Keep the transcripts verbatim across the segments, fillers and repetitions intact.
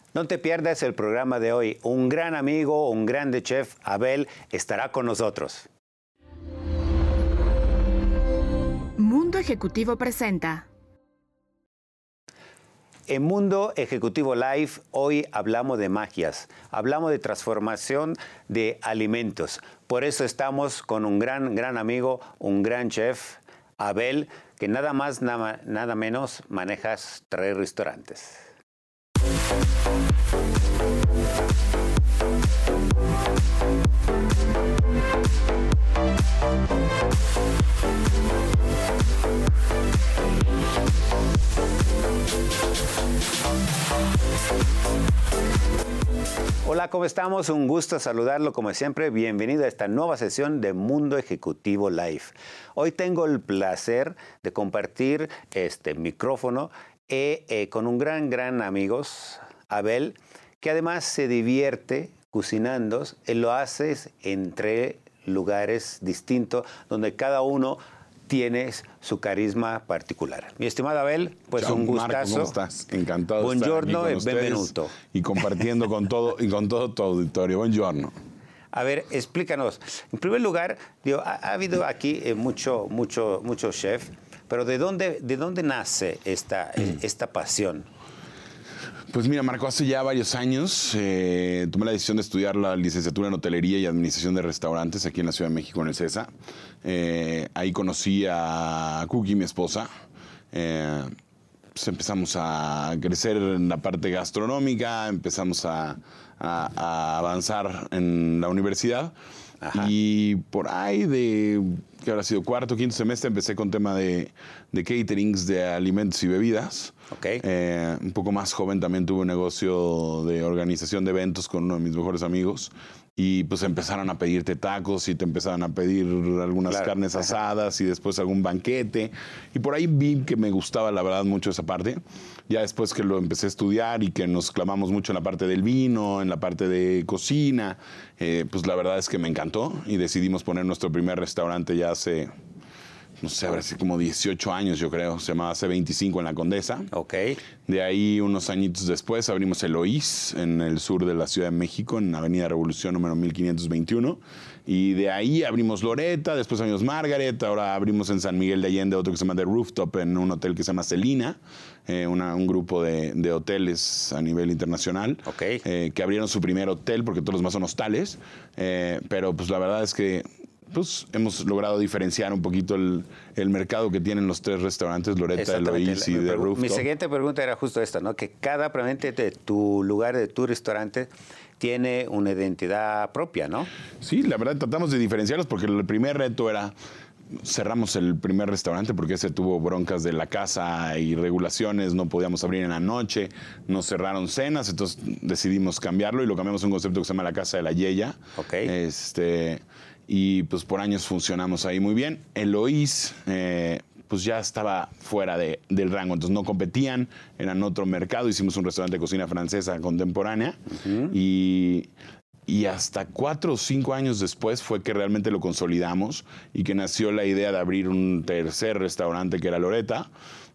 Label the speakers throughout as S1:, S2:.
S1: No te pierdas el programa de hoy. Un gran amigo, un grande chef, Abel, estará con nosotros.
S2: Mundo Ejecutivo presenta.
S1: En Mundo Ejecutivo Live hoy hablamos de magias, hablamos de transformación de alimentos. Por eso estamos con un gran, gran amigo, un gran chef, Abel, que nada más, nada, nada menos manejas tres restaurantes. Hola, ¿cómo estamos? Un gusto saludarlo como siempre. Bienvenido a esta nueva sesión de Mundo Ejecutivo Live. Hoy tengo el placer de compartir este micrófono eh, eh, con un gran, gran amigo, Abel, que además se divierte cocinando. Él lo hace entre lugares distintos donde cada uno tiene su carisma particular. Mi estimado Abel, pues
S3: Ciao,
S1: un gustazo.
S3: Marco, ¿cómo estás? Encantado
S1: Buongiorno
S3: de
S1: e
S3: estar aquí con
S1: benvenuto.
S3: ustedes y compartiendo con todo y con todo tu auditorio. Buongiorno.
S1: A ver, explícanos. En primer lugar, digo, ha, ha habido aquí eh, mucho, mucho, mucho chef, pero ¿de dónde, de dónde nace esta, eh, esta pasión?
S3: Pues mira, Marco, hace ya varios años eh, tomé la decisión de estudiar la licenciatura en Hotelería y Administración de Restaurantes aquí en la Ciudad de México, en el CESA. Eh, ahí conocí a Cookie, mi esposa. Eh, pues empezamos a crecer en la parte gastronómica, empezamos a, a, a avanzar en la universidad. Ajá. Y por ahí de, que habrá sido cuarto, quinto semestre, empecé con tema de, de caterings, de alimentos y bebidas.
S1: Okay.
S3: Eh, un poco más joven también tuve un negocio de organización de eventos con uno de mis mejores amigos. Y pues empezaron a pedirte tacos y te empezaron a pedir algunas claro. carnes asadas y después algún banquete. Y por ahí vi que me gustaba, la verdad, mucho esa parte. Ya después que lo empecé a estudiar y que nos clavamos mucho en la parte del vino, en la parte de cocina, eh, pues la verdad es que me encantó y decidimos poner nuestro primer restaurante ya hace, no sé, habrá sido como dieciocho años, yo creo. Se llamaba C veinticinco en la Condesa.
S1: Ok.
S3: De ahí, unos añitos después, abrimos el Oís en el sur de la Ciudad de México, en Avenida Revolución número mil quinientos veintiuno. Y de ahí abrimos Loreta, después abrimos Margaret, ahora abrimos en San Miguel de Allende otro que se llama The Rooftop, en un hotel que se llama Celina, eh, una, un grupo de, de hoteles a nivel internacional,
S1: okay.
S3: eh, que abrieron su primer hotel, porque todos los más son hostales. Eh, pero pues la verdad es que pues hemos logrado diferenciar un poquito el, el mercado que tienen los tres restaurantes, Loreta, el Oís y The Rooftop.
S1: Mi siguiente pregunta era justo esta, ¿no? Que cada probablemente de tu lugar, de tu restaurante, tiene una identidad propia, ¿no?
S3: Sí, la verdad tratamos de diferenciarlos porque el primer reto era, cerramos el primer restaurante porque ese tuvo broncas de la casa y regulaciones, no podíamos abrir en la noche, nos cerraron cenas, entonces decidimos cambiarlo y lo cambiamos a un concepto que se llama la Casa de la Yeya.
S1: Ok.
S3: Este... Y pues por años funcionamos ahí muy bien. El Oís, eh, pues ya estaba fuera de, del rango, entonces no competían, eran otro mercado. Hicimos un restaurante de cocina francesa contemporánea. Uh-huh. y, y hasta cuatro o cinco años después fue que realmente lo consolidamos y que nació la idea de abrir un tercer restaurante que era Loreta.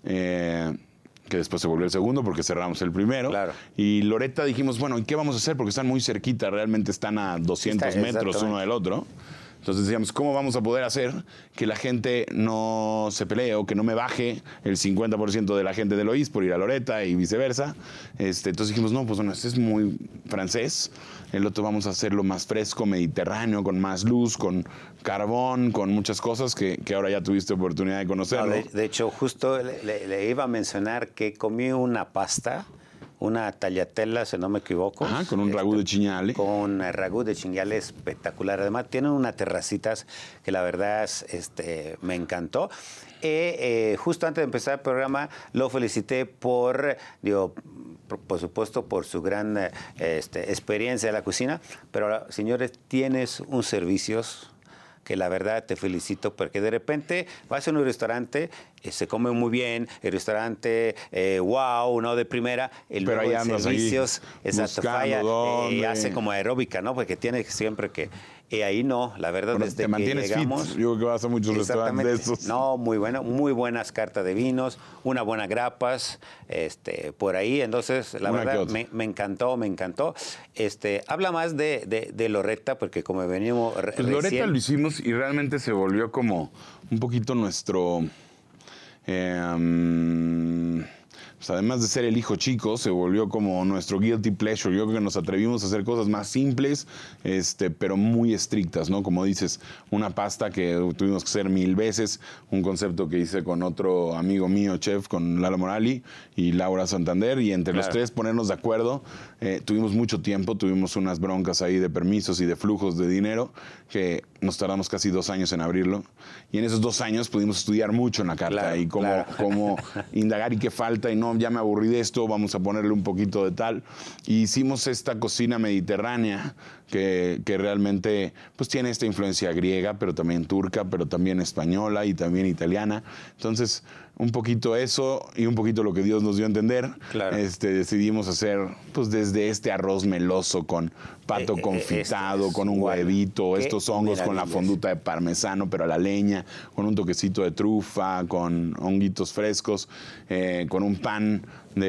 S3: Eh, que después se volvió el segundo porque cerramos el primero.
S1: Claro.
S3: Y Loreta dijimos, bueno, ¿y qué vamos a hacer? Porque están muy cerquita, realmente están a doscientos
S1: Está,
S3: metros uno del otro. Entonces decíamos, ¿cómo vamos a poder hacer que la gente no se pelee o que no me baje el cincuenta por ciento de la gente del Oís por ir a Loreta y viceversa? Este, entonces dijimos, no, pues bueno, este es muy francés. El otro vamos a hacerlo más fresco, mediterráneo, con más luz, con carbón, con muchas cosas que, que ahora ya tuviste oportunidad de conocerlo.
S1: No, de, de hecho, justo le, le, le iba a mencionar que comí una pasta, una tagliatella, si no me equivoco.
S3: Ajá, con un
S1: este,
S3: ragú de chiñale.
S1: Con ragú de chiñale espectacular. Además, tienen unas terracitas que la verdad este, me encantó. Eh, eh, justo antes de empezar el programa, lo felicité por, digo, por, por supuesto, por su gran eh, este, experiencia en la cocina. Pero, señores, tienes un servicio que la verdad te felicito, porque de repente vas a un restaurante eh, se come muy bien, el restaurante, eh, wow, ¿no? De primera, el
S3: Pero ahí andas
S1: servicios,
S3: ahí
S1: exacto, falla,
S3: dónde.
S1: eh, hace como aeróbica, ¿no? Porque tiene siempre que... Y ahí no, la verdad,
S3: Bueno,
S1: desde
S3: te mantienes
S1: que llegamos...
S3: fit. Yo creo que vas a muchos restaurantes de estos.
S1: No, muy bueno, muy buenas cartas de vinos, una buena grapas, este, por ahí. Entonces, la
S3: Una
S1: verdad, me, me encantó, me encantó. Este, habla más de, de, de Loretta, porque como venimos re-
S3: Pues
S1: recién...
S3: Loretta lo hicimos y realmente se volvió como un poquito nuestro... Eh, um, pues además de ser el hijo chico, se volvió como nuestro guilty pleasure. Yo creo que nos atrevimos a hacer cosas más simples, este, pero muy estrictas, ¿no? Como dices, una pasta que tuvimos que hacer mil veces, un concepto que hice con otro amigo mío, chef, con Lalo Morali y Laura Santander, y entre
S1: Claro.
S3: los tres ponernos de acuerdo. Eh, tuvimos mucho tiempo, tuvimos unas broncas ahí de permisos y de flujos de dinero, que nos tardamos casi dos años en abrirlo. Y en esos dos años pudimos estudiar mucho en la carta
S1: Claro,
S3: y cómo,
S1: claro.
S3: cómo indagar y qué falta, y no, ya me aburrí de esto, vamos a ponerle un poquito de tal. Y hicimos esta cocina mediterránea que, que realmente pues tiene esta influencia griega, pero también turca, pero también española y también italiana. Entonces, un poquito eso y un poquito lo que Dios nos dio a entender.
S1: Claro.
S3: Este, decidimos hacer pues desde este arroz meloso con pato
S1: Eh, eh,
S3: confitado,
S1: este
S3: con un
S1: es
S3: huevito,
S1: qué
S3: estos hongos con la
S1: maravillas.
S3: fonduta de parmesano, pero a la leña, con un toquecito de trufa, con honguitos frescos, eh, con un pan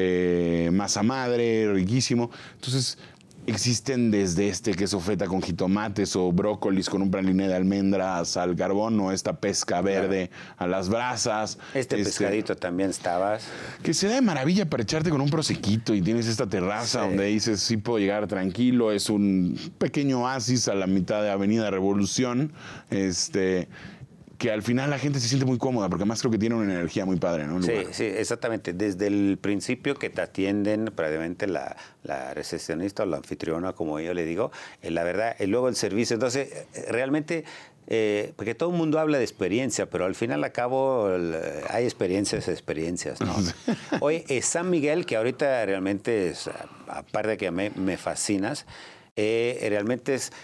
S3: de masa madre, riquísimo. Entonces, existen desde este queso feta con jitomates o brócolis con un praliné de almendras al carbón, o esta pesca verde a las brasas.
S1: Este pescadito también estabas.
S3: Que se da de maravilla para echarte con un prosequito y tienes esta terraza
S1: Sí.
S3: donde dices, sí puedo llegar tranquilo, es un pequeño oasis a la mitad de Avenida Revolución, este, que al final la gente se siente muy cómoda, porque además creo que tiene una energía muy padre, ¿no? El
S1: Sí,
S3: lugar.
S1: sí, exactamente. Desde el principio que te atienden prácticamente la, la recepcionista o la anfitriona, como yo le digo, eh, la verdad, y luego el servicio. Entonces, eh, realmente, eh, porque todo el mundo habla de experiencia, pero al final, al cabo, el, hay experiencias, experiencias, ¿no? Oye, eh, San Miguel, que ahorita realmente es, aparte de que me, me fascinas, eh, realmente es...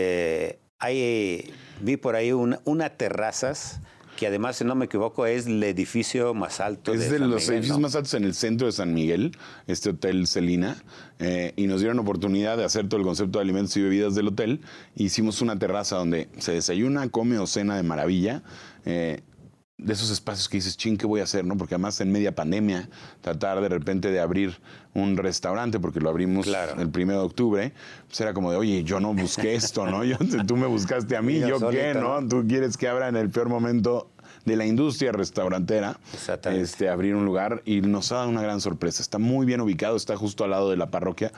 S1: Eh, hay, vi por ahí una, una terrazas que además, si no me equivoco, es el edificio más alto
S3: Es
S1: de,
S3: de
S1: San
S3: los
S1: Miguel,
S3: edificios
S1: ¿no?
S3: más altos en el centro de San Miguel, este hotel Celina, eh, y nos dieron oportunidad de hacer todo el concepto de alimentos y bebidas del hotel. Hicimos una terraza donde se desayuna, come o cena de maravilla. Eh, de esos espacios que dices, ching, ¿qué voy a hacer? ¿No? Porque además en media pandemia, tratar de repente de abrir un restaurante, porque lo abrimos
S1: Claro.
S3: el primero de octubre, pues era como de, oye, yo no busqué esto, ¿no? Yo, tú me buscaste a mí,
S1: Yo
S3: ¿yo
S1: solito,
S3: qué, no?
S1: ¿no?
S3: Tú quieres que abra en el peor momento de la industria restaurantera,
S1: Exactamente.
S3: este, abrir un lugar, y nos ha dado una gran sorpresa. Está muy bien ubicado, está justo al lado de la parroquia,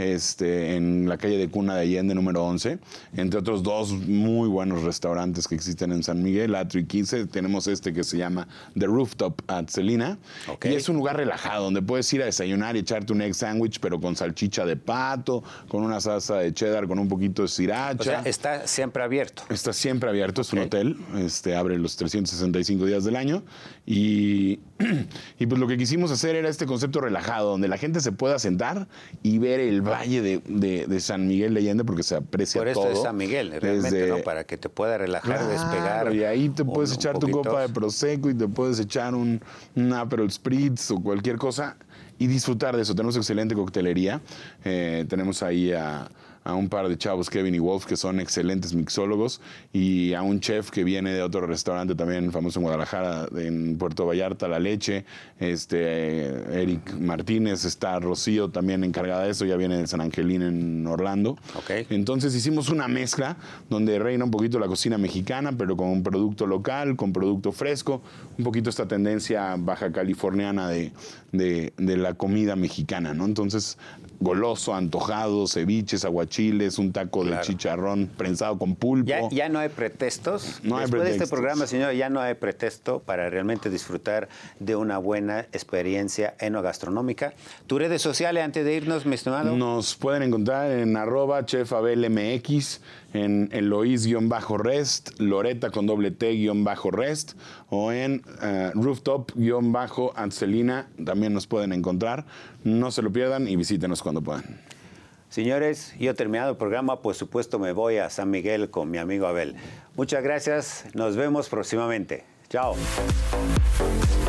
S3: este, en la calle de Cuna de Allende, número once, entre otros dos muy buenos restaurantes que existen en San Miguel, Atrio y quince. Tenemos este que se llama The Rooftop at Celina,
S1: Ok.
S3: y es un lugar relajado donde puedes ir a desayunar y echarte un egg sandwich, pero con salchicha de pato, con una salsa de cheddar, con un poquito de sriracha.
S1: O sea, está siempre abierto.
S3: Está siempre abierto, es un
S1: Ok.
S3: hotel, este, abre los trescientos sesenta y cinco días del año, y, y pues lo que quisimos hacer era este concepto relajado, donde la gente se pueda sentar y ver el valle de, de- de San Miguel de Allende, porque se aprecia
S1: Por esto
S3: todo.
S1: es San Miguel, realmente,
S3: Desde-
S1: ¿no? Para que te pueda relajar,
S3: Claro,
S1: despegar.
S3: y ahí te
S1: un-
S3: puedes
S1: un
S3: echar tu
S1: poquito.
S3: copa de Prosecco y te puedes echar un, un Aperol Spritz o cualquier cosa y disfrutar de eso. Tenemos excelente coctelería. Eh, tenemos ahí a, a un par de chavos, Kevin y Wolf, que son excelentes mixólogos, y a un chef que viene de otro restaurante también famoso en Guadalajara, en Puerto Vallarta, La Leche. Este, eh, Eric Martínez, está Rocío también encargada de eso, ya viene de San Angelín en Orlando.
S1: Ok.
S3: Entonces hicimos una mezcla donde reina un poquito la cocina mexicana, pero con un producto local, con producto fresco, un poquito esta tendencia baja californiana de, de, de la comida mexicana, ¿no? Entonces, goloso, antojado, ceviches, aguachiles, un taco
S1: Claro.
S3: de chicharrón prensado con pulpo.
S1: Ya, ya no hay pretextos.
S3: No hay
S1: Después de este
S3: pretextos.
S1: programa, señor, ya no hay pretexto para realmente disfrutar de una buena experiencia enogastronómica. ¿Tus redes sociales antes de irnos, mi estimado?
S3: Nos pueden encontrar en arroba chefabelmx, en Eloís-rest, Loretta con doble T-rest, o en uh, rooftop-ancelina, también nos pueden encontrar. No se lo pierdan y visítenos cuando puedan.
S1: Señores, yo terminado el programa, por supuesto me voy a San Miguel con mi amigo Abel. Muchas gracias, nos vemos próximamente. Chao.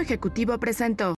S2: Ejecutivo presentó.